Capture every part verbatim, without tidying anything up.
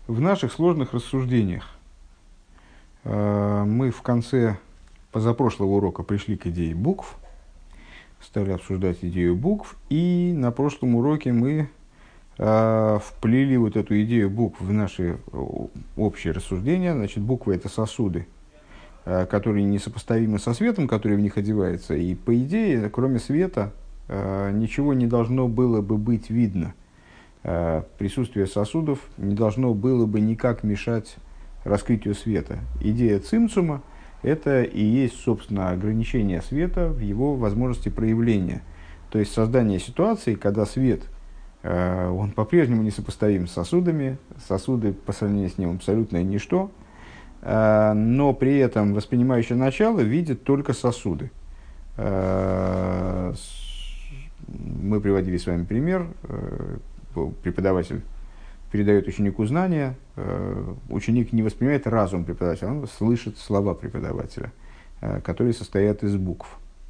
В наших сложных рассуждениях э, мы в конце позапрошлого урока пришли к идее букв, стали обсуждать идею букв, и на прошлом уроке мы э, вплели вот эту идею букв в наши общие рассуждения. Значит, буквы — это сосуды, э, которые несопоставимы со светом, который в них одевается, и по идее, кроме света, э, ничего не должно было бы быть видно. Присутствие сосудов не должно было бы никак мешать раскрытию света. Идея цимцума — это и есть, собственно, ограничение света в его возможности проявления. То есть создание ситуации, когда свет, он по-прежнему несопоставим с сосудами, сосуды по сравнению с ним абсолютное ничто, но при этом воспринимающее начало видит только сосуды. Мы приводили с вами пример. Преподаватель передает ученику знания, ученик не воспринимает разум преподавателя, он слышит слова преподавателя, которые состоят из букв.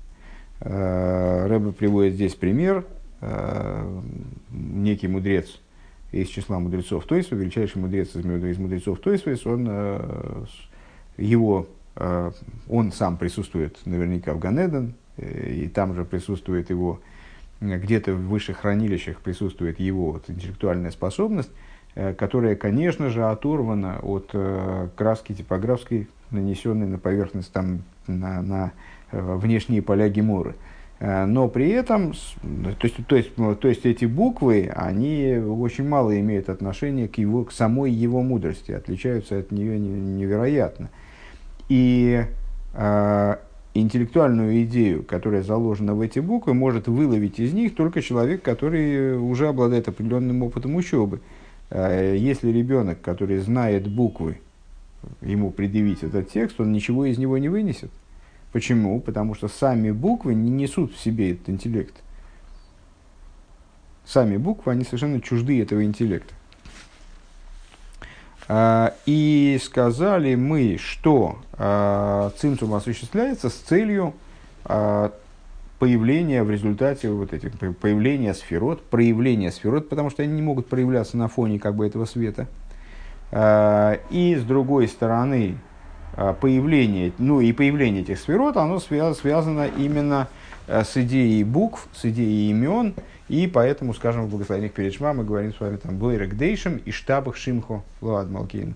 Рэбе приводит здесь пример. Некий мудрец из числа мудрецов Тойсва, величайший мудрец из мудрецов Тойсва, он, его, он сам присутствует наверняка в Ганеден, и там же присутствует его, где-то в высших хранилищах присутствует его вот, интеллектуальная способность, э, которая, конечно же, оторвана от э, краски типографской, нанесенной на поверхность, там, на, на э, внешние поля Геморы. Э, но при этом, то есть, то, есть, то есть эти буквы, они очень мало имеют отношения к, его, к самой его мудрости, отличаются от нее невероятно. И э, интеллектуальную идею, которая заложена в эти буквы, может выловить из них только человек, который уже обладает определенным опытом учебы. Если ребенок, который знает буквы, ему предъявить этот текст, он ничего из него не вынесет. Почему? Потому что сами буквы не несут в себе этот интеллект. Сами буквы, они совершенно чужды этого интеллекта. И сказали мы, что э, цимцум осуществляется с целью э, появления в результате вот этих, появления сферот, проявления сферот, потому что они не могут проявляться на фоне как бы этого света. Э, и с другой стороны, появление, ну и появление этих сферот, оно связ, связано именно с идеей букв, с идеей имен. И поэтому, скажем, в благословениях перед Шма мы говорим с вами там «Блейрек дейшем» и «Штабах шимхо» Луад Малкейн,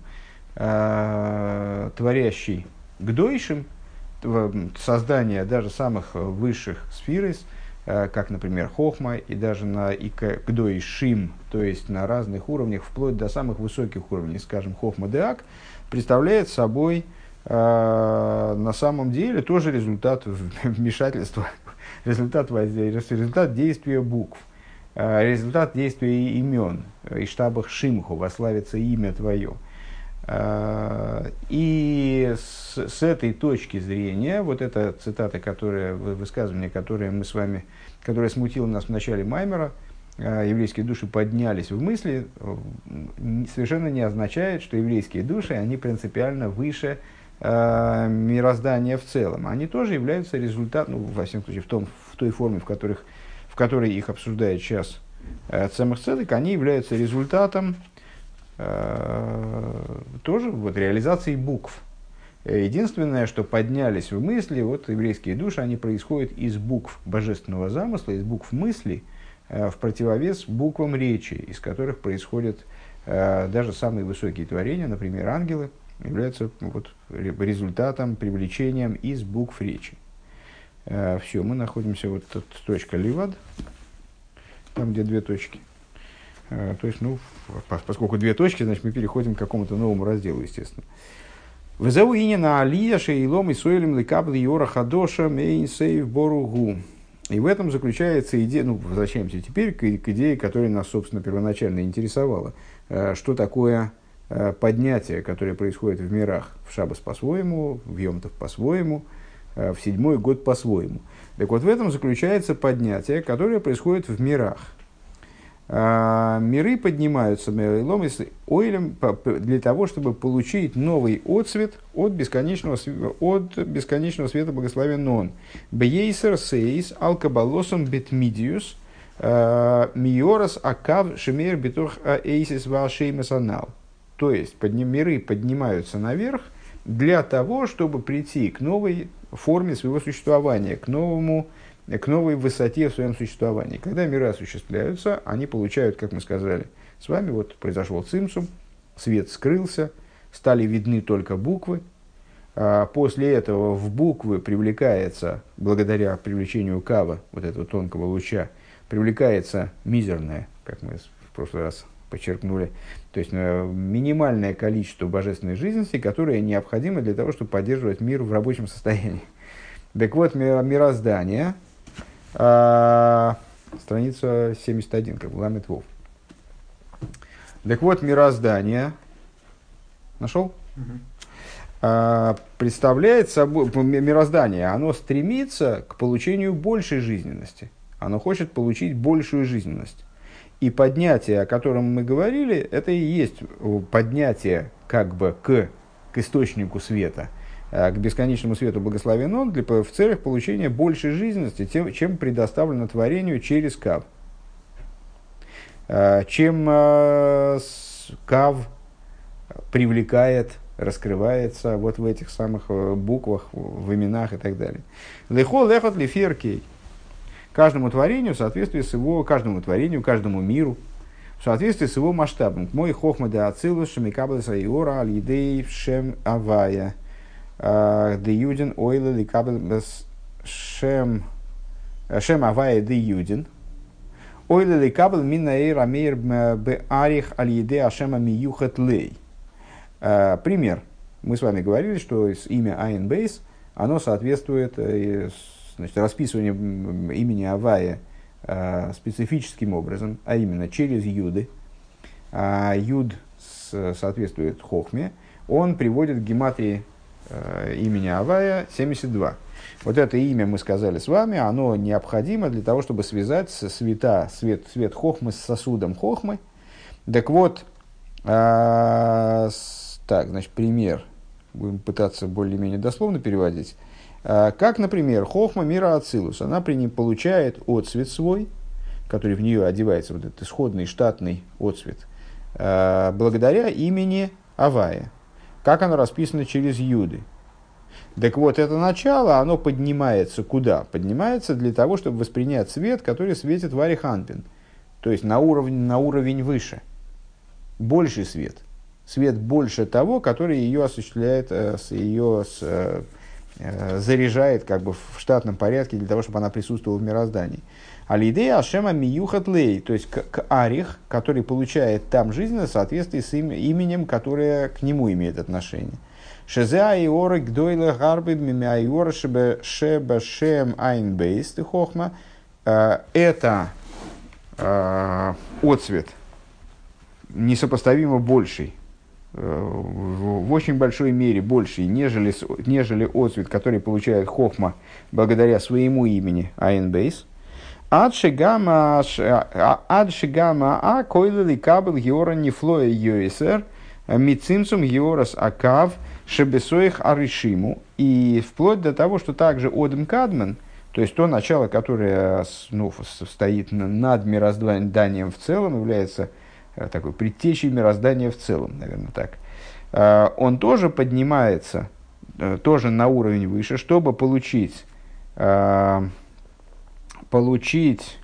творящий гдойшим, создание даже самых высших сфирис, как, например, хохма, и даже на гдойшим, то есть на разных уровнях, вплоть до самых высоких уровней, скажем, хохма деак, представляет собой на самом деле тоже результат вмешательства, результат воздействия, результат действия букв, результат действия имен. И штабах шимху, вославится имя твое. И с, с этой точки зрения, вот эта цитата, которая, высказывание, которое мы с вами, которое смутило нас в начале Маймера, еврейские души поднялись в мысли, совершенно не означает, что еврейские души, они принципиально выше мироздания в целом. Они тоже являются результатом, ну, во всяком случае, в, том, в той форме, в, которых, в которой их обсуждает сейчас Цемах Цедек, они являются результатом э, тоже вот, реализации букв. Единственное, что поднялись в мысли, вот еврейские души, они происходят из букв божественного замысла, из букв мысли, э, в противовес буквам речи, из которых происходят э, даже самые высокие творения, например, ангелы, являются вот, результатом, привлечением из букв речи. Э, все, мы находимся, вот тут точка ливад, там, где две точки. Э, то есть, ну, поскольку две точки, значит, мы переходим к какому-то новому разделу, естественно. «Везеу инина алия шеилом и сойлем лекабли йора хадоша мейн сейв боругу». И в этом заключается идея, ну, возвращаемся теперь к, к идее, которая нас, собственно, первоначально интересовала. Э, что такое поднятие, которое происходит в мирах, в Шаббас по-своему, в Йом-Тов по-своему, в седьмой год по-своему. Так вот, в этом заключается поднятие, которое происходит в мирах. Миры поднимаются ойлем для того, чтобы получить новый отцвет от бесконечного, от бесконечного света благословен он. Бейсер сейс алкабалосом бетмидиус миорас акав шемер битух эйсис вашеймасанал. То есть подним, миры поднимаются наверх для того, чтобы прийти к новой форме своего существования, к, новому, к новой высоте в своем существовании. Когда миры осуществляются, они получают, как мы сказали с вами, вот произошел цимсум, свет скрылся, стали видны только буквы. А после этого в буквы привлекается, благодаря привлечению кава, вот этого тонкого луча, привлекается мизерное, как мы в прошлый раз подчеркнули, то есть минимальное количество божественной жизненности, которое необходимо для того, чтобы поддерживать мир в рабочем состоянии. Так вот, мироздание, а, страница семьдесят один, как Ламет Вов. Так вот, мироздание, нашел? Угу. А, представляет собой, мироздание, оно стремится к получению большей жизненности. Оно хочет получить большую жизненность. И поднятие, о котором мы говорили, это и есть поднятие как бы к, к источнику света, к бесконечному свету благословен он, для, в целях получения большей жизненности, тем, чем предоставлено творению через кав. Чем кав привлекает, раскрывается вот в этих самых буквах, в именах и так далее. Лехо лехот леферкей. Каждому творению в соответствии с его, каждому творению, каждому миру, в соответствии с его масштабом. Мой хохма де ацилус шемикаблеса иора алидей шем авая. Де юдин ойла ликаблес шем шем авая де юдин. Ойла ликабл мина эйра мейр бе арих алидей ашема миюхат лей. Пример. Мы с вами говорили, что имя Айн Бейс, оно соответствует, значит, расписывание имени Авая э, специфическим образом, а именно через юды. А юд с, соответствует хохме. Он приводит к гематрии э, имени Авая семьдесят два. Вот это имя, мы сказали с вами, оно необходимо для того, чтобы связать света, свет, свет хохмы с сосудом хохмы. Так вот, э, с, так, значит, пример. Будем пытаться более-менее дословно переводить. Как, например, хохма мира ацилус, она при ней получает отцвет свой, который в нее одевается, вот этот исходный штатный отцвет, благодаря имени Авая. Как оно расписано через юды. Так вот, это начало, оно поднимается куда? Поднимается для того, чтобы воспринять свет, который светит в Ариханпин. То есть на уровень, на уровень выше. Больший свет. Свет больше того, который ее осуществляет, ее с, заряжает как бы в штатном порядке для того, чтобы она присутствовала в мироздании. Алидея Ашема Миюхат Лей, то есть к, к Арих, который получает там жизнь в соответствии с им, именем, которое к нему имеет отношение. Шезеа и орек дойле гарбы мимиайор шебе шебе шем айн бейс хохма. Это э, отцвет несопоставимо больший, в очень большой мере больший, нежели, нежели отцвет, который получает хохма благодаря своему имени Айн Бейс. Адшигама а койлили кабел геора нефлоя йойсер мицимцум георас акав шебесоих аришиму. И вплоть до того, что также Одем Кадмен, то есть то начало, которое, ну, стоит над мирозданием в целом, является такой предтечей мироздания в целом, наверное, так. Он тоже поднимается, тоже на уровень выше, чтобы получить, получить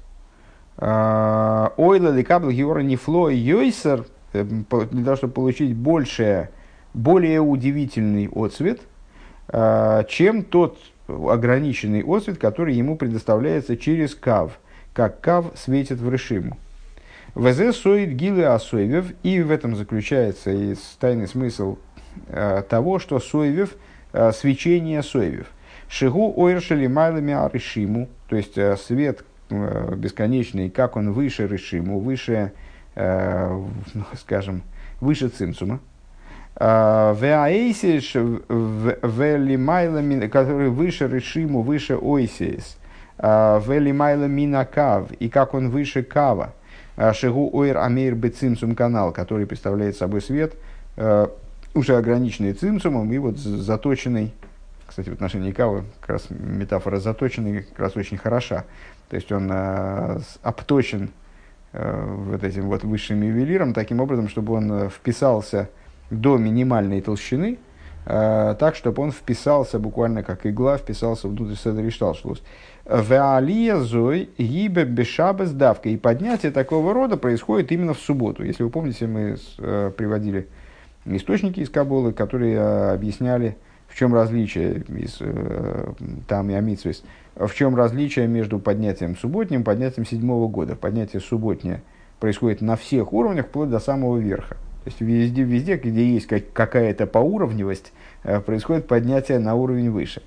ойла ликабл геора нефло йойсер, для того, чтобы получить большее, более удивительный отцвет, чем тот ограниченный отцвет, который ему предоставляется через кав, как кав светит в решиму. Везе соид гилы асоевев, и в этом заключается и тайный смысл э, того, что соевев, э, свечение соевев. Шигу ойршели майлами аришиму, то есть э, свет э, бесконечный, как он выше решиму, выше, э, скажем, выше цимсума. Веаэйсиш велимайлами, который выше решиму, выше ойсис. Велимайлами на кав, и как он выше кава. Шигу ойр амейр бе цимсум канал, который представляет собой свет, э, уже ограниченный цимсумом и вот заточенный, кстати, в отношении кавы как раз метафора заточенный как раз очень хороша. То есть он э, обточен э, вот этим вот высшим ювелиром таким образом, чтобы он вписался до минимальной толщины, э, так, чтобы он вписался, буквально как игла, вписался внутрь седер ишталшелус. Веалия зой гибе бешабес давка. И поднятие такого рода происходит именно в субботу. Если вы помните, мы э, приводили источники из Каббалы, которые э, объясняли, в чем различие из э, там и Амитсвис, в чем различие между поднятием субботним и поднятием седьмого года. Поднятие субботнее происходит на всех уровнях, вплоть до самого верха. То есть везде, везде где есть как, какая-то поуровневость, э, происходит поднятие на уровень выше.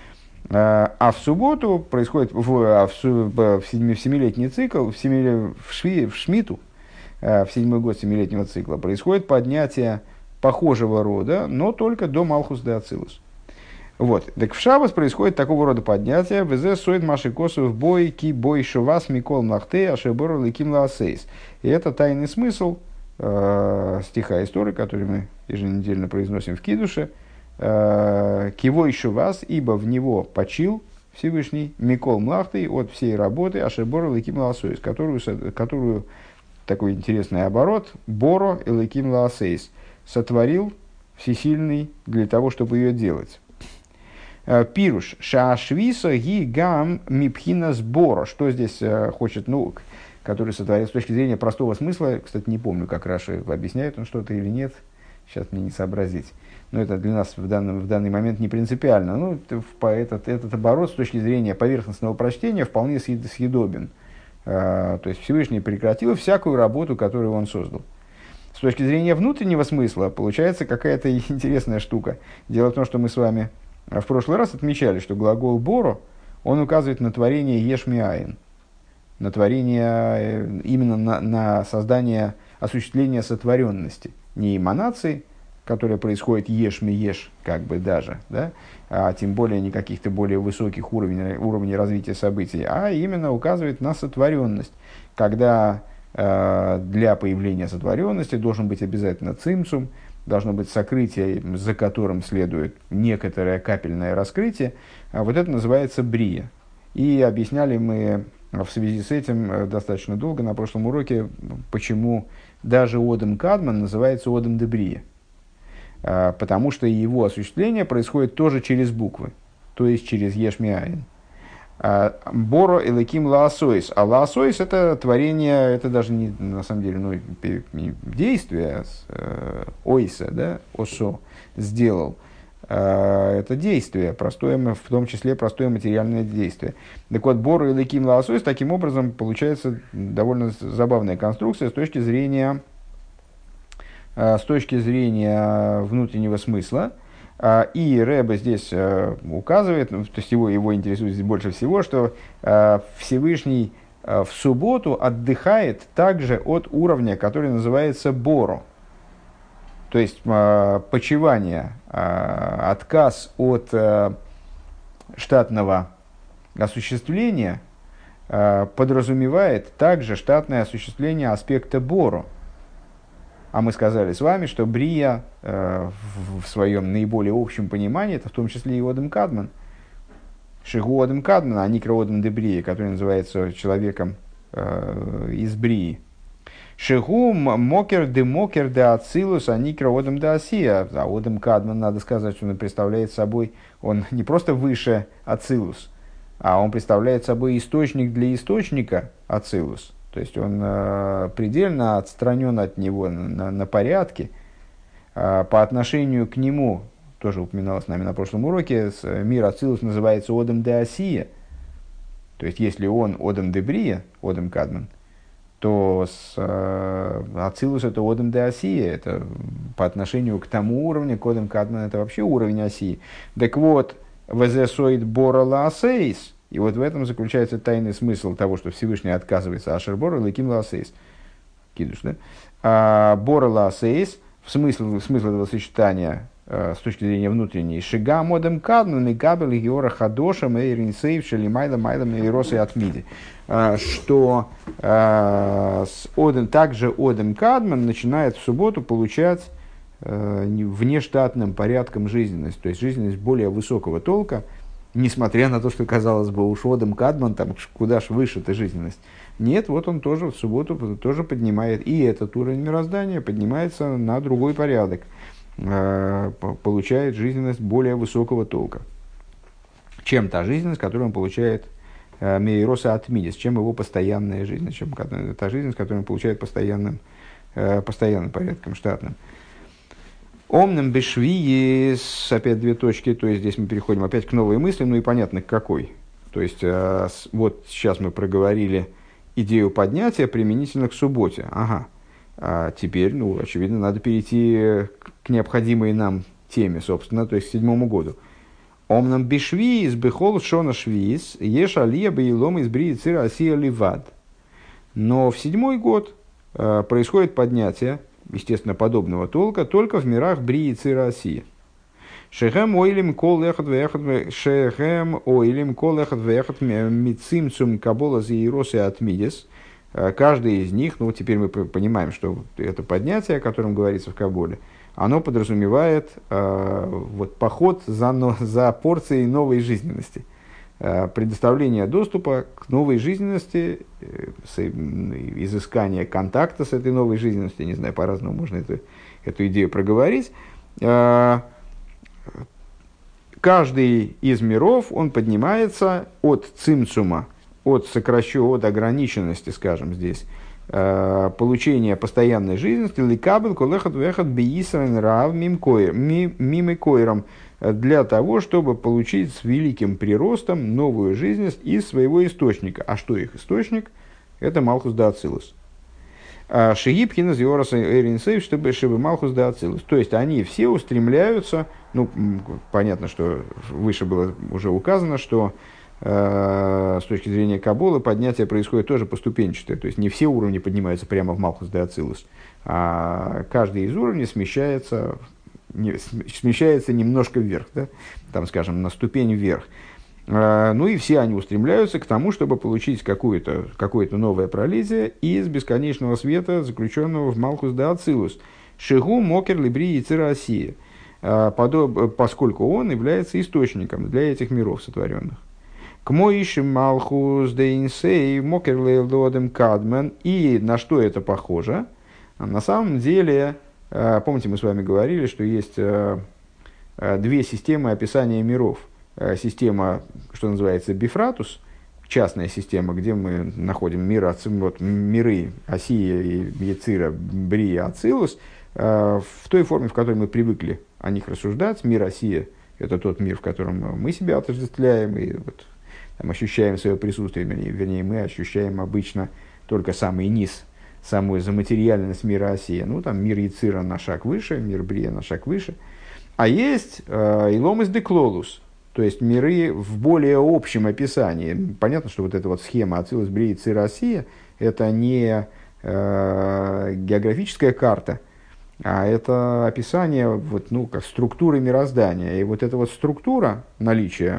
А в субботу происходит, в, в, в, семи, в семилетний цикл, в, семи, в, шви, в Шмиту, в седьмой год семилетнего цикла, происходит поднятие похожего рода, но только до Малхус де Ацилус. Вот. Так в Шаббос происходит такого рода поднятие. «Везе соид маши косу в бой, ки бой шувас микол млахте, ашебор леким лаасейс». И это тайный смысл э, стиха истории, который мы еженедельно произносим в Кидуше. «Киво еще вас, ибо в него почил Всевышний Микол Млахтой от всей работы Ашебора Леким Лаасейс», которую, которую, такой интересный оборот, Боро Леким Лаасейс, сотворил Всесильный для того, чтобы ее делать. Пируш Шаашвиса ги гам мипхинас Боро. Что здесь хочет, ну, который сотворил с точки зрения простого смысла, кстати, не помню, как Раши объясняет он что-то или нет, сейчас мне не сообразить. Но это для нас в, данном, в данный момент не принципиально. Ну, этот, этот оборот с точки зрения поверхностного прочтения вполне съедобен. А, то есть Всевышний прекратил всякую работу, которую он создал. С точки зрения внутреннего смысла получается какая-то интересная штука. Дело в том, что мы с вами в прошлый раз отмечали, что глагол «боро» он указывает на творение «ешмиаин», на творение, именно на, на создание, осуществление сотворенности, не эманации, которая происходит еш-ми-еш, как бы даже, да? А тем более не каких-то более высоких уровней, уровней развития событий, а именно указывает на сотворенность, когда э, для появления сотворенности должен быть обязательно цимсум, должно быть сокрытие, за которым следует некоторое капельное раскрытие, а вот это называется брия. И объясняли мы в связи с этим достаточно долго на прошлом уроке, почему даже Одем Кадман называется Одем де Брия. Потому что его осуществление происходит тоже через буквы, то есть через ешмиаин. Боро элаким лаасойс. А лаасойс — это творение, это даже не на самом деле ну, действие, ойса, да, осо, сделал. Это действие, простое, в том числе простое материальное действие. Так вот, боро элаким лаасойс, таким образом получается довольно забавная конструкция с точки зрения с точки зрения внутреннего смысла. И Ребе здесь указывает, то есть его, его интересует здесь больше всего, что Всевышний в субботу отдыхает также от уровня, который называется боро. То есть почивание, отказ от штатного осуществления подразумевает также штатное осуществление аспекта боро. А мы сказали с вами, что брия э, в, в своем наиболее общем понимании, это в том числе и Одем Кадман, Шигу Одем Кадман, а Никра Одем де Брия, который называется человеком э, из брии. Шигу мокер де мокер де ацилус, а Никра Одем де асия. А Одем Кадман, надо сказать, что он представляет собой, он не просто выше ацилус, а он представляет собой источник для источника ацилус. То есть он э, предельно отстранен от него на, на порядке. Э, по отношению к нему, тоже упоминалось с нами на прошлом уроке, с, мир Ацилус называется Одем де Асия. То есть если он Одем де Брия, Одем Кадман, то с, э, Ацилус это Одем де Асия. Это по отношению к тому уровню, к Одем Кадман это вообще уровень Асии. Так вот, «Везе соид бора лаасейс». И вот в этом заключается тайный смысл того, что Всевышний отказывается Ашербора леким лаасейс. Кидуш, да? А, бора лаасейс, в смысл, смысл этого сочетания а, с точки зрения внутренней, шига модем кадман и габел и геора хадоша мейрин сейв шелимайда майдам и росы атмиди. Что а, с Одем, также Одем Кадман начинает в субботу получать а, внештатным порядком жизненность, то есть жизненность более высокого толка, несмотря на то, что, казалось бы, уж Одем Кадман, там, куда ж выше эта жизненность. Нет, вот он тоже в субботу тоже поднимает, и этот уровень мироздания поднимается на другой порядок. э, получает жизненность более высокого толка, чем та жизненность, которую он получает э, мейроса от мидис, чем его постоянная жизнь, чем та жизненность, которую он получает постоянным, э, постоянным порядком, штатным. Омным бешвиес, опять две точки, то есть здесь мы переходим опять к новой мысли, ну и понятно, к какой. То есть э, с, вот сейчас мы проговорили идею поднятия применительно к субботе. Ага. А теперь, ну, очевидно, надо перейти к необходимой нам теме, собственно, то есть к седьмому году. Омнам бешвиес, бехол шона швиес, еш алия беилом из брии цира асия ливад. Но в седьмой год э, происходит поднятие, естественно, подобного толка, только в мирах брии цира асия. Шехем ойлим кол эхат вехат, шехем ойлим кол эхат вехат мицимцум кабола зииросы атмидес. Каждый из них, ну теперь мы понимаем, что это поднятие, о котором говорится в Каболе, оно подразумевает э, вот, поход за, за порцией новой жизненности, э, предоставление доступа к новой жизненности, э, с, э, изыскание контакта с этой новой жизненностью, не знаю, по-разному можно эту, эту идею проговорить. Э, каждый из миров, он поднимается от цимцума, от сокращу, от ограниченности, скажем здесь, э, получения постоянной жизненности, ликабель колехат вехат беисрен рав мимы койром, для того, чтобы получить с великим приростом новую жизненность из своего источника. А что их источник? Это Малхус да Ацилус. Шигибхина зиораса эринсейв, чтобы чтобы Малхус да Ацилус. То есть они все устремляются, ну, понятно, что выше было уже указано, что с точки зрения Каббалы поднятие происходит тоже поступенчатое. То есть не все уровни поднимаются прямо в Малхус да Ацилус, а каждый из уровней смещается, не, смещается немножко вверх, да? Там, скажем, на ступень вверх. Ну и все они устремляются к тому, чтобы получить какое-то, какое-то новое пролитие из бесконечного света, заключенного в Малхус да Ацилус. Шигу мокер либри и цирасия, поскольку он является источником для этих миров сотворенных. К моишим Малхус дейнсей мокер лейлодем кадмен. И на что это похоже? На самом деле, помните, мы с вами говорили, что есть две системы описания миров. Система, что называется, Бифратус, частная система, где мы находим мир, вот, миры Осия, Ецира, Брия, Ацилус, в той форме, в которой мы привыкли о них рассуждать. Мир Осия – это тот мир, в котором мы себя отождествляем и вот, там, ощущаем свое присутствие, вернее, вернее, мы ощущаем обычно только самый низ, самую заматериальность мира Осия. Ну, там мир Ецира на шаг выше, мир Брия на шаг выше. А есть э, Иломис Деклолус, то есть миры в более общем описании. Понятно, что вот эта вот схема Ацилус, Брия, Ецира, Осия – это не э, географическая карта, а это описание вот, ну, как структуры мироздания. И вот эта вот структура наличия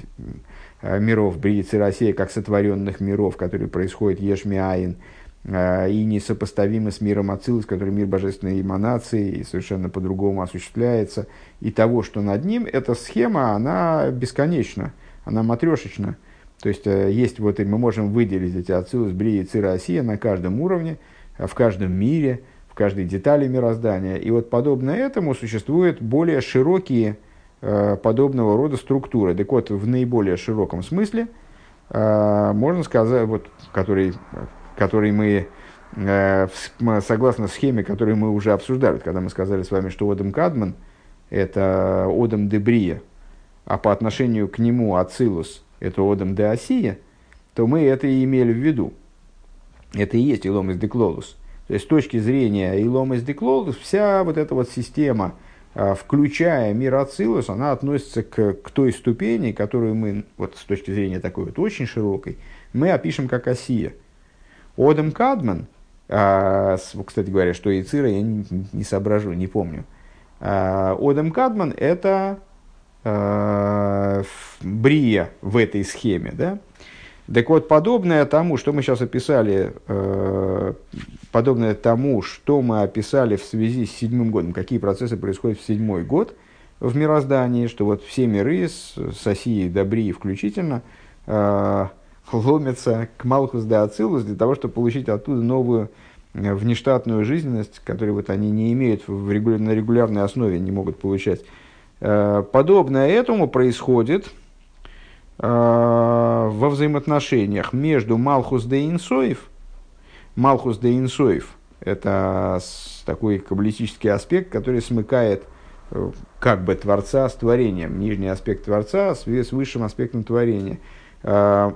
миров Брии, Ецира, Осия как сотворенных миров, которые происходят еш миаин, и несопоставимы с миром Ацилус, который мир божественной эманации и совершенно по-другому осуществляется, и того, что над ним, эта схема, она бесконечна, она матрешечна. То есть, есть вот, и мы можем выделить эти Ацилус, Брия, Ецира, Осия на каждом уровне, в каждом мире, в каждой детали мироздания. И вот подобно этому существуют более широкие подобного рода структуры. Так вот, в наиболее широком смысле, можно сказать, вот, который... который мы, э, согласно схеме, которую мы уже обсуждали, когда мы сказали с вами, что Одам Кадман – это Одам де Брия, а по отношению к нему Ацилус – это Одам де Осия, то мы это и имели в виду. Это и есть Иломис Деклолус. То есть, с точки зрения Иломис Деклолус, вся вот эта вот система, э, включая мир Ацилус, она относится к, к той ступени, которую мы, вот с точки зрения такой вот очень широкой, мы опишем как Осия. Одам Кадман, а, кстати говоря, что Ецира, я не, не соображу, не помню. А, Одам Кадман – это а, Брия в этой схеме. Да? Так вот, подобное тому, что мы сейчас описали, а, подобное тому, что мы описали в связи с седьмым годом, какие процессы происходят в седьмой год в мироздании, что вот все миры с, с Осией до Брии включительно а, ломятся к Малхус да Ацилус для того, чтобы получить оттуда новую, внештатную жизненность, которую вот они не имеют в регуля- на регулярной основе, не могут получать. Подобное этому происходит во взаимоотношениях между Малхус де Инсоев. Малхус де Инсоев – это такой каббалистический аспект, который смыкает как бы Творца с творением, нижний аспект Творца с высшим аспектом творения, по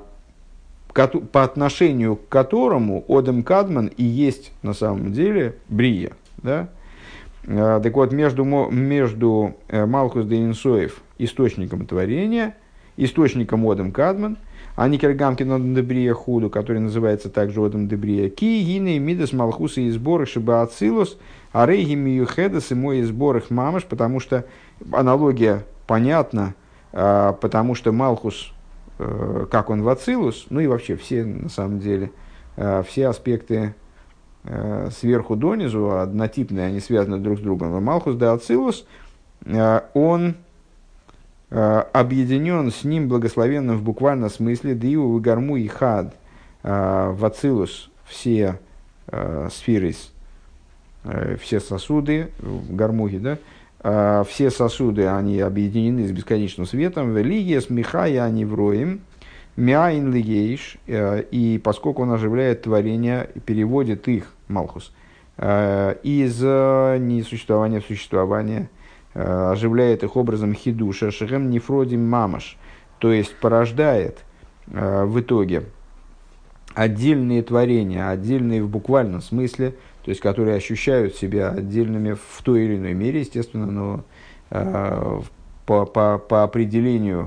отношению к которому Одем Кадман и есть на самом деле Брия. Да? Так вот, между, между Малхус де Инсоев, источником творения, источником Одем Кадман, а не Киргамкин Одем де Брия Худу, который называется также Одем де Брия, Ки гины мидас Малхуса и сборы шиба ацилус, а рейги миюхедас и мой сбор их мамаш, потому что аналогия понятна, потому что Малхус, как он в ацилус, ну и вообще все, на самом деле, все аспекты сверху донизу, однотипные, они связаны друг с другом. Малхус де ацилус, он объединен с ним благословенным в буквальном смысле диу гарму и хад. В ацилус все сферы, все сосуды, гармуги, да, все сосуды, они объединены с бесконечным светом. Велигия смехая они вроем, мяин лигейш, и поскольку он оживляет творение, переводит их, Малхус, из несуществования в существование, оживляет их образом хидуша, шехем нефродим мамаш, то есть порождает в итоге отдельные творения, отдельные в буквальном смысле, то есть которые ощущают себя отдельными в той или иной мере, естественно, но э, по, по, по определению,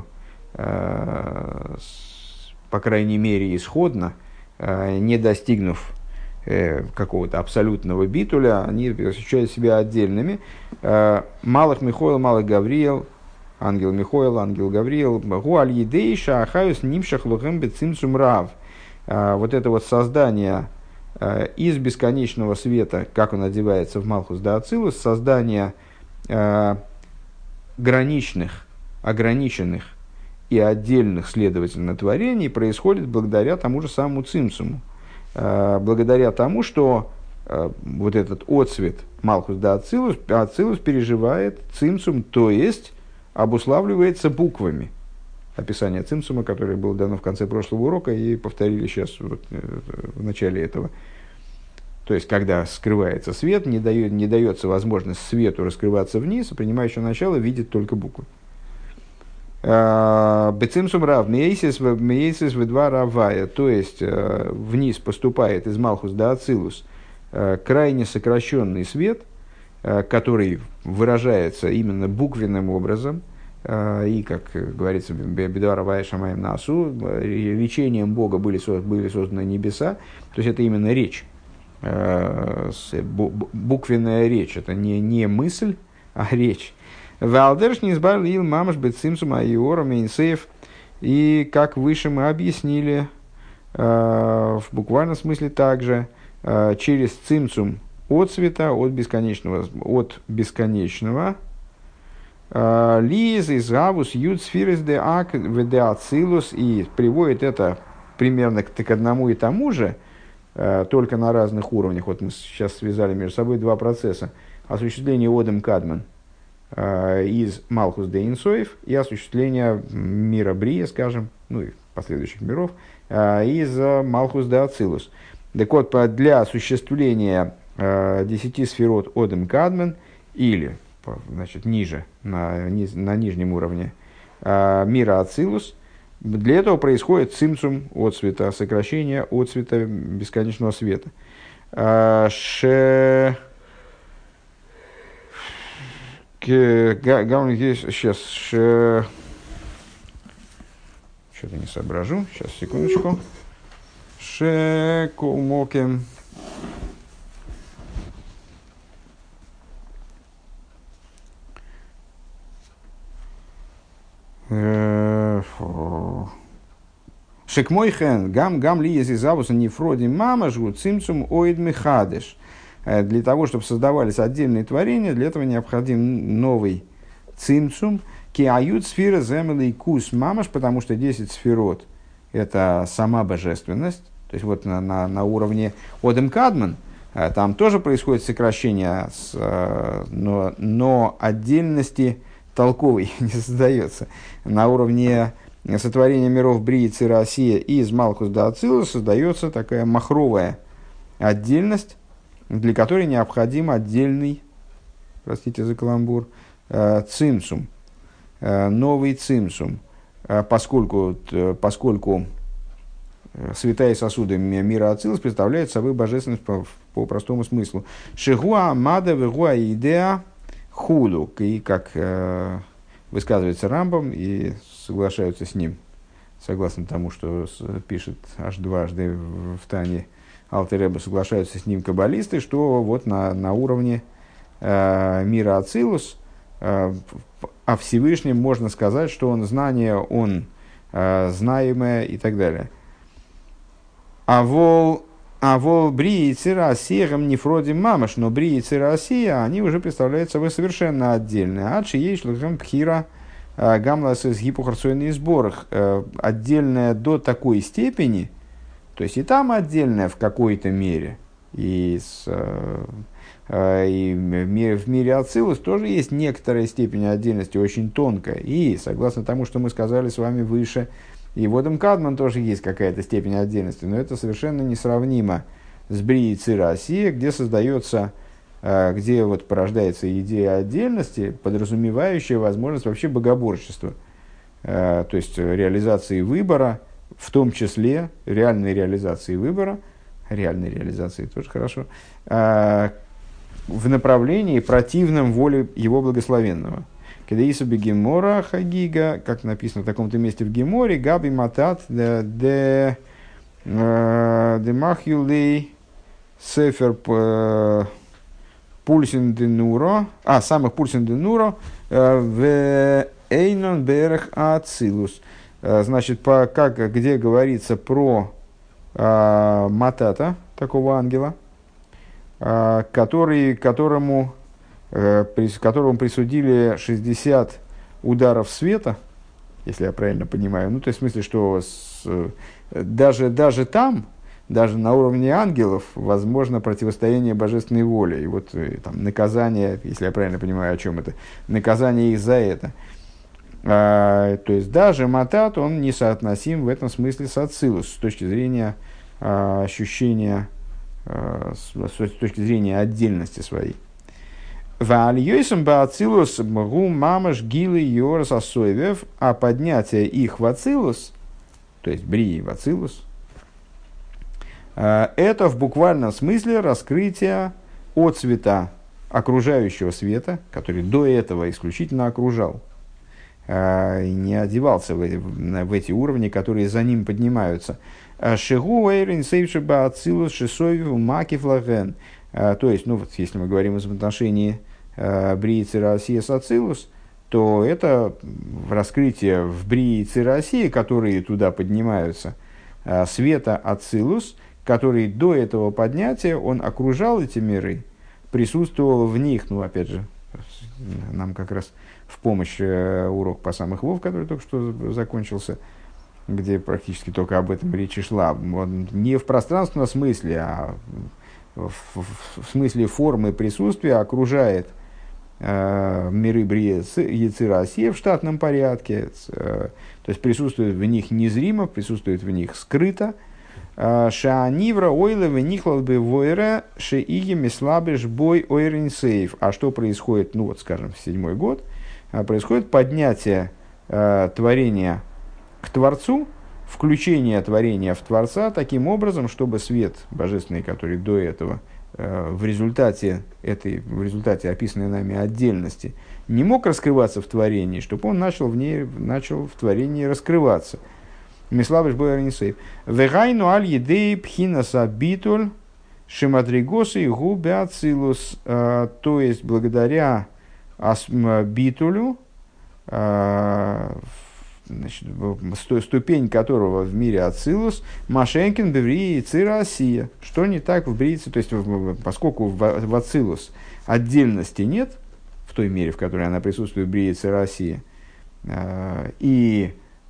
э, с, по крайней мере, исходно, э, не достигнув э, какого-то абсолютного битуля, они ощущают себя отдельными. Э, Малах Михоил, Малах Гавриил, ангел Михоил, ангел Гавриил, Гуаль Едейша, Ахаюс Нимшах Лухем Бецимцум Рав. Вот это вот создание из бесконечного света, как он одевается в Малхус да Ацилус, создание э, граничных, ограниченных и отдельных, следовательно, творений происходит благодаря тому же самому Цимцуму. Э, благодаря тому, что э, вот этот отцвет Малхус да Ацилус, Ацилус переживает Цимцум, то есть обуславливается буквами. Описание Цимцума, которое было дано в конце прошлого урока и повторили сейчас вот, в начале этого. То есть, когда скрывается свет, не, дает, не дается возможность свету раскрываться вниз, а принимающее начало видит только буквы. Бецимцум рав, мейсис в два равая, то есть вниз поступает из Малхус да Ацилус крайне сокращенный свет, который выражается именно буквенным образом. И, как говорится, бедуара вая шамаем насу, речением Бога были, были созданы небеса, то есть это именно речь, буквенная речь, это не, не мысль, а речь. Валдерш не избавил мамаш бецимсум айора мейнсеев, и как выше мы объяснили, в буквальном смысле также, через цимцум от цвета, от бесконечного, от бесконечного, Лиз из Авус Юд Сфирис де Ак де Ацилус, и приводит это примерно к, к одному и тому же, э, только на разных уровнях. Вот мы сейчас связали между собой два процесса: осуществление Одем Кадман э, из Малхус де Инсоев и осуществление мира Брия, скажем, ну и последующих миров, э, из Малхус де Ацилус. Так вот, для осуществления э, десяти сферот Одем Кадман или значит, ниже, на, низ, на нижнем уровне э, мира Ацилус, для этого происходит цимцум отцвета, сокращение отцвета бесконечного света. Э, ше... Сейчас, ше... что-то не соображу, сейчас, секундочку. Шекумокем. Шекмойхен, гам гам ли ези завуса нефроди мама жгут цимцум оид мехадеш. Для того, чтобы создавались отдельные творения, для этого необходим новый цимцум. Киают сфера земли кус мамаш, потому что десять сферот – это сама божественность. То есть вот на, на, на уровне Одем Кадман Там тоже происходит сокращение, но, но отдельности толковой не создается. На уровне сотворения миров Брии, Цира, Осия и из Малкус до Ацилус создается такая махровая отдельность, для которой необходим отдельный, простите за каламбур, цимсум, новый цимсум, поскольку, поскольку святая сосуды мира Ацилус представляют собой божественность по, по простому смыслу. Шигуа мада вегуа идеа худу. И как э, высказывается Рамбам, и соглашаются с ним, согласно тому, что с, пишет аж дважды в, в Тане Алтер Ребе, соглашаются с ним каббалисты, что вот на, на уровне э, мира Ацилус э, о Всевышнем можно сказать, что он знание, он э, знаемое и так далее. А вол, а вол Брии и Цира Осия нефродим мамаш, но Брии и Цира Осия, они уже представляют собой совершенно отдельные. Адши есть шлахам пхира гамлас из гипохарцойных сборах, отдельная до такой степени, то есть и там отдельная в какой-то мере, и, с, и в мире Ацилус тоже есть некоторая степень отдельности, очень тонкая. И согласно тому, что мы сказали с вами выше, и в Одам Кадман тоже есть какая-то степень отдельности, но это совершенно несравнимо с Брией Цира Осия, где создается, где вот порождается идея отдельности, подразумевающая возможность вообще богоборчества, то есть реализации выбора, в том числе реальной реализации выбора, реальной реализации тоже хорошо, в направлении противном воле его благословенного. Кедаисуби Гемора Хагига, как написано в таком-то месте в Геморе, Габи Матат де Махюлей Сефер Пульсин де Нуро, а, самых Пульсин де Нуро в Эйнон Берех Ацилус. Значит, по, как, где говорится про а, Матата, такого ангела, а, который, которому которому присудили шестьдесят ударов света, если я правильно понимаю. Ну, то есть, в смысле, что с, даже, даже там, даже на уровне ангелов, возможно противостояние божественной воле. И вот там наказание, если я правильно понимаю, о чем это, наказание их за это. А, то есть, даже Матат, он несоотносим в этом смысле с Ацилус, с точки зрения а, ощущения, а, с, с точки зрения отдельности своей. Ваальёйсом баацилус мгу мамаш гилы йорас асойвев, а поднятие их в ацилус, то есть брии в ацилус, это в буквальном смысле раскрытие отцвета окружающего света, который до этого исключительно окружал, и не одевался в эти, в эти уровни, которые за ним поднимаются. Шигу эйрин сейвши баацилус шисойвев макив лаген. То есть, ну вот, если мы говорим в отношении э, Брии Цира Осия с Ацилус, то это раскрытие в Брии Цира Осия, которые туда поднимаются, э, света Ацилус, который до этого поднятия, он окружал эти миры, присутствовал в них. Ну, опять же, нам как раз в помощь э, урок по самых Вов, который только что закончился, где практически только об этом речь шла. Он не в пространственном смысле, а в, в, в смысле формы присутствия окружает э, миры Брии и Цира Осия в штатном порядке, э, то есть присутствует в них незримо, присутствует в них скрыто. Шаанивра ойле вениклал бы войра шеиги мислабиш бой ойринсейв. А что происходит, ну вот скажем, в седьмой год, происходит поднятие э, творения к Творцу, включение творения в Творца таким образом, чтобы свет божественный, который до этого э, в результате этой, в результате описанной нами отдельности не мог раскрываться в творении, чтобы он начал в ней, начал в творении раскрываться. Миславиш Бойарнисейв. Вегайну аль едей пхинаса битуль шимадригосы и губы ацилус. То есть, благодаря битулю, значит, ступень которого в мире Ацилус, Машенкин, Беврии и Цира Осия. Что не так в Брии, то есть, поскольку в Ацилус отдельности нет, в той мере, в которой она присутствует в Брии и Цира Осия, и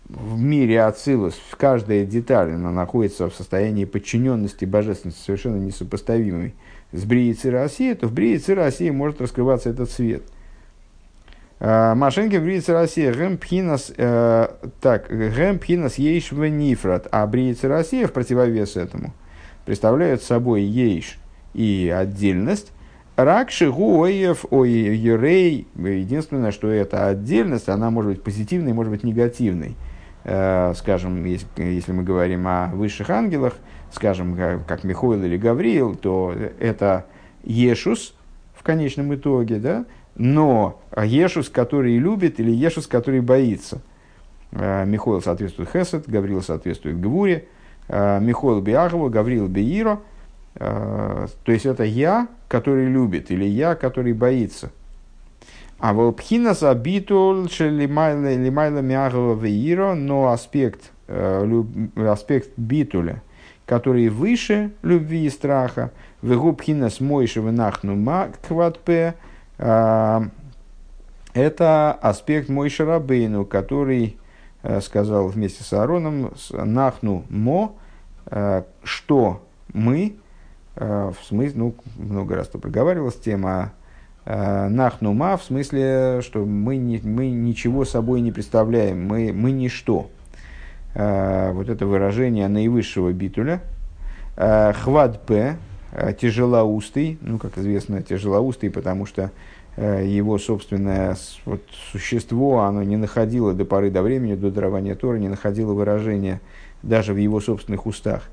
в мире Ацилус каждая деталь она находится в состоянии подчиненности божественности, совершенно несопоставимой с Брией Цира Асия, то в Брии Цира Асия может раскрываться этот свет. Машенки в Брии Цира Асия гэм пхинас, так, гэм пхинас ейш в нифрат, а Брии Цира Асия в противовес этому представляют собой ейш и отдельность. Ракши гуоев ой ерей, единственное, что эта отдельность, она может быть позитивной, может быть негативной. Скажем, если, если мы говорим о высших ангелах, скажем, как, как Михаил или Гавриил, то это Ешус в конечном итоге, да? Но Ешус, который любит, или Ешус, который боится. Михаил соответствует Хесед, Гавриил соответствует Гвуре, Михаил Биахову, Гавриил Бииро. То есть это я, который любит, или я, который боится. А волпхина забитул лимайла мягова веиро, но аспект, аспект битуля, который выше любви и страха, вегубхина с мойшевы нахну макватпе, это аспект Мойше Рабейну, который сказал вместе с Аароном нахну мо, что мы, в смысле, ну, много раз то проговаривалась тема нахнума, в смысле, что мы, не, мы ничего собой не представляем, мы, мы ничто. Вот это выражение наивысшего битуля. Хват п, тяжелоустый, ну, как известно, тяжелоустый, потому что его собственное вот, существо, оно не находило до поры до времени, до дарования Торы, не находило выражения даже в его собственных устах.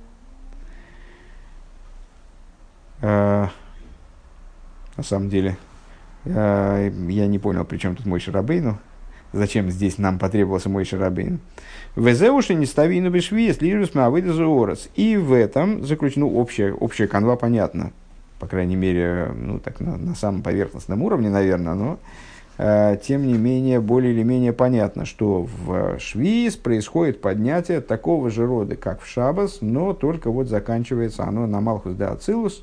На самом деле, я не понял, при чем тут Мойше Рабейну, зачем здесь нам потребовался Мойше Рабейну. Везеуши не ставину бешвиес лирус мавыдазуорос. И в этом заключена общая, общая канва, понятно, по крайней мере, ну, так, на, на самом поверхностном уровне, наверное, но э, тем не менее, более или менее понятно, что в швиес происходит поднятие такого же рода, как в шаббас, но только вот заканчивается оно на Малхус де Ацилус.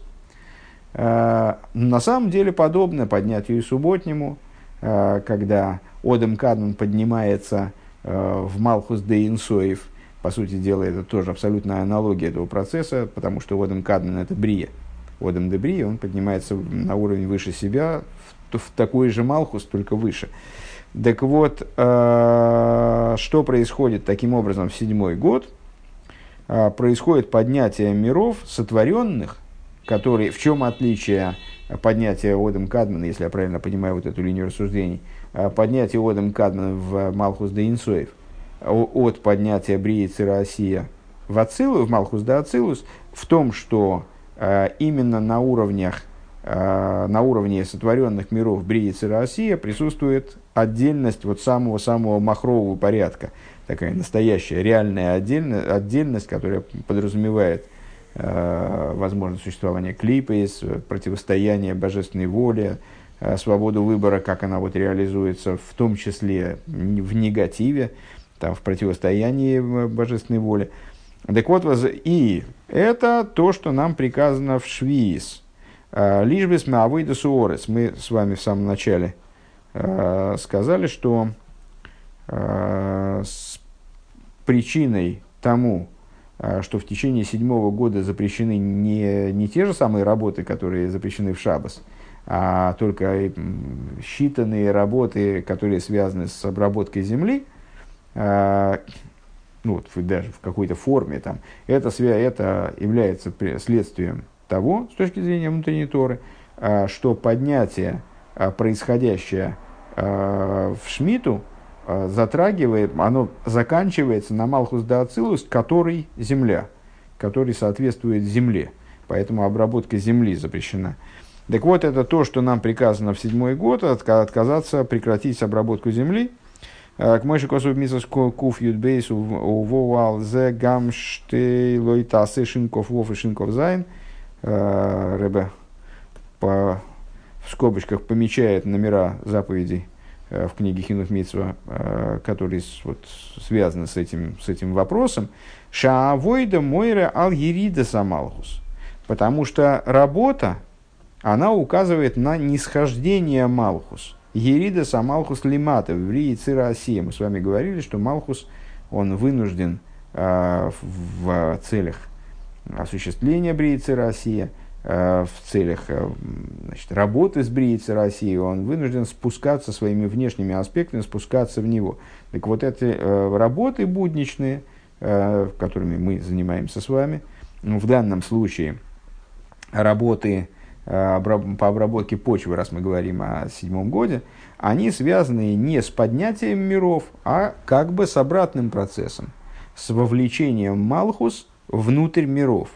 На самом деле подобно поднятию субботнему, когда Одем Кадмон поднимается в Малхус де Инсоев. По сути дела, это тоже абсолютная аналогия этого процесса, потому что Одем Кадмон – это Брия. Одем де Брия, он поднимается на уровень выше себя, в, в такой же Малхус, только выше. Так вот, что происходит таким образом в седьмой год? Происходит поднятие миров, сотворенных, которые, в чем отличие поднятия Одем Кадмона, если я правильно понимаю вот эту линию рассуждений, поднятие Одем Кадмона в Малхус де Инсоев от поднятия Брии Цира Асия в Ацилу, в Малхус де Ацилус, в том, что именно на уровнях, на уровне сотворенных миров Брии Цира Асия присутствует отдельность вот самого-самого махрового порядка, такая настоящая, реальная отдельность, отдельность, которая подразумевает возможность существования клипейс, противостояние божественной воле, свободу выбора, как она вот реализуется, в том числе в негативе, там, в противостоянии божественной воле. Так вот, и это то, что нам приказано в Швиис. Лишь бы смеавойда суорес. Мы с вами в самом начале сказали, что с причиной тому, что в течение седьмого года запрещены не, не те же самые работы, которые запрещены в шаббас, а только считанные работы, которые связаны с обработкой земли, ну, вот, даже в какой-то форме, там, это, это является следствием того, с точки зрения внутренней Торы, что поднятие, происходящее в Шмиту, затрагивает, оно заканчивается на Малхус де Ацилус, который земля, который соответствует земле. Поэтому обработка земли запрещена. Так вот, это то, что нам приказано в седьмой год, отказаться, прекратить обработку земли. К Мойше Косов Мисас Куф Юдбейс Увоуал Зе Гамштей Лойтасы Шинков Вов и Шинков Зайн. Ребе в скобочках помечает номера заповедей в книге Хинух Мицва, которые вот, связаны с этим, с этим вопросом. Шаавойда Мойра Ал Ерида Самалхус. Потому что работа, она указывает на нисхождение Малхус. Ерида Самалхус Лимата, в Брии Цира Асия. Мы с вами говорили, что Малхус он вынужден э, в, в целях осуществления Бриицы России, э, в целях э, значит, работы с Бриицей России, он вынужден спускаться своими внешними аспектами, спускаться в него. Так вот, эти э, работы будничные, э, которыми мы занимаемся с вами, ну, в данном случае работы э, по обработке почвы, раз мы говорим о седьмом годе, они связаны не с поднятием миров, а как бы с обратным процессом, с вовлечением Малхус внутрь миров.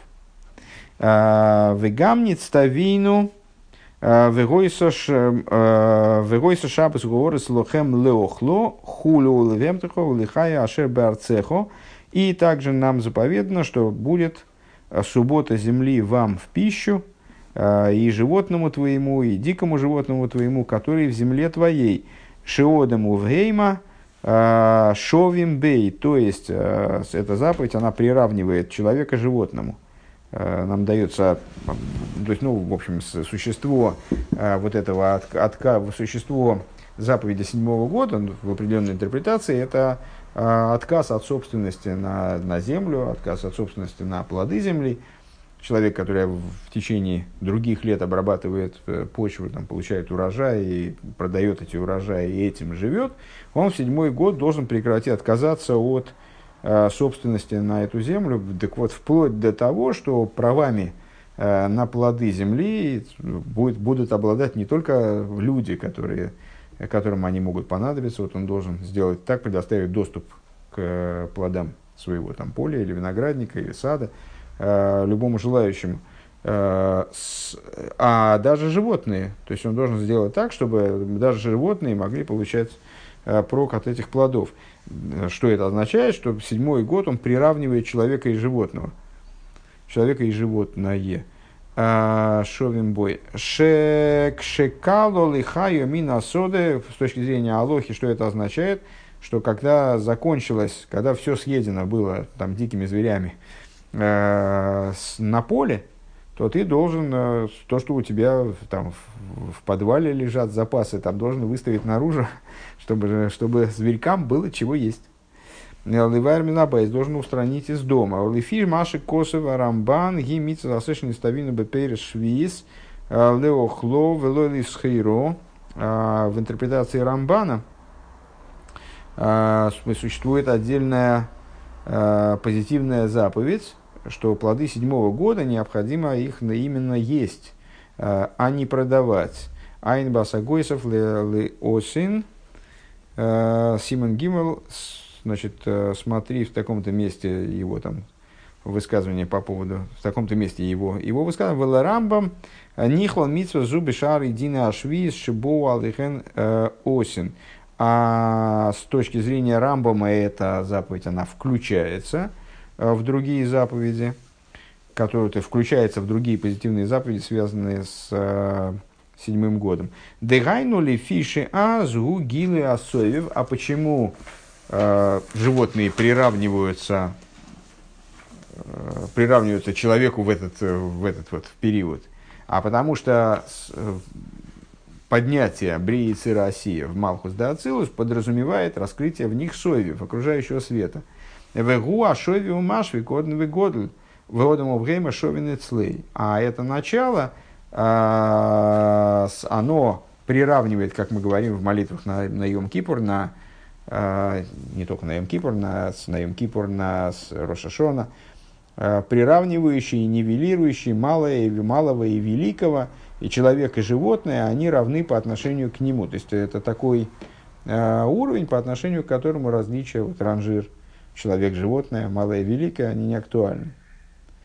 Вегамнит ставину вегойса шабас говорит лохем леохло хулю левемтехо лихая ашер барцехо. И также нам заповедано, что будет суббота земли вам в пищу, и животному твоему, и дикому животному твоему, который в земле твоей. Шиодему вгейма шовим бей. То есть, эта заповедь, она приравнивает человека животному. Нам дается, то есть, ну, в общем, существо вот этого отка, существо заповеди седьмого года в определенной интерпретации, это отказ от собственности на, на землю, отказ от собственности на плоды земли. Человек, который в течение других лет обрабатывает почву, там, получает урожай и продает эти урожаи и этим живет, он в седьмой год должен прекратить отказаться от э, собственности на эту землю. Так вот, вплоть до того, что правами э, на плоды земли будет, будут обладать не только люди, которые, которым они могут понадобиться. Вот он должен сделать так, предоставить доступ к плодам своего там, поля или виноградника или сада любому желающему, а даже животные, то есть он должен сделать так, чтобы даже животные могли получать прок от этих плодов. Что это означает? Что в седьмой год он приравнивает человека и животного. Человека и животное. Шовимбой. Шекало лихаю мина соды, с точки зрения Алохи, что это означает? Что когда закончилось, когда все съедено было там, дикими зверями, на поле, то ты должен, то, что у тебя там, в, в подвале лежат запасы, там должен выставить наружу, чтобы, чтобы зверькам было чего есть. Ливайр Минабайс должен устранить из дома. Лифир Маши Косова Рамбан Гимица засышенный ставину бепейр швиз леохло велоли схейро. В интерпретации Рамбана существует отдельная позитивная заповедь, что плоды седьмого года необходимо их именно есть, а не продавать. Айн басагойсов ле осин Симон Гиммел, значит, смотри в таком-то месте его там высказывание по поводу, в таком-то месте его, его высказывание, вела Рамбам, нихлал митсва зубы шар и дина ашвиз шибоу алихен осин. А с точки зрения Рамбама эта заповедь, она включается в другие заповеди, которые включаются в другие позитивные заповеди, связанные с э, седьмым годом. Дегайнули фиши азу гилы асовев. А почему э, животные приравниваются, э, приравниваются человеку в этот, в этот вот период? А потому что э, поднятие Бриицы России в Малхус да Ацилус подразумевает раскрытие в них совев, окружающего света. Вегу ашови умашви кодн вегодль вводом время шовин цлей. А это начало, оно приравнивает, как мы говорим в молитвах на, на Йом-Кипур, на, не только на Йом-Кипур, на, на Йом-Кипур, на Рош ха-Шана, приравнивающие и нивелирующие малое, малого и великого, и человек, и животное, они равны по отношению к нему. То есть это такой уровень, по отношению к которому различия, вот, ранжир, человек, животное, малое и великое, они не актуальны.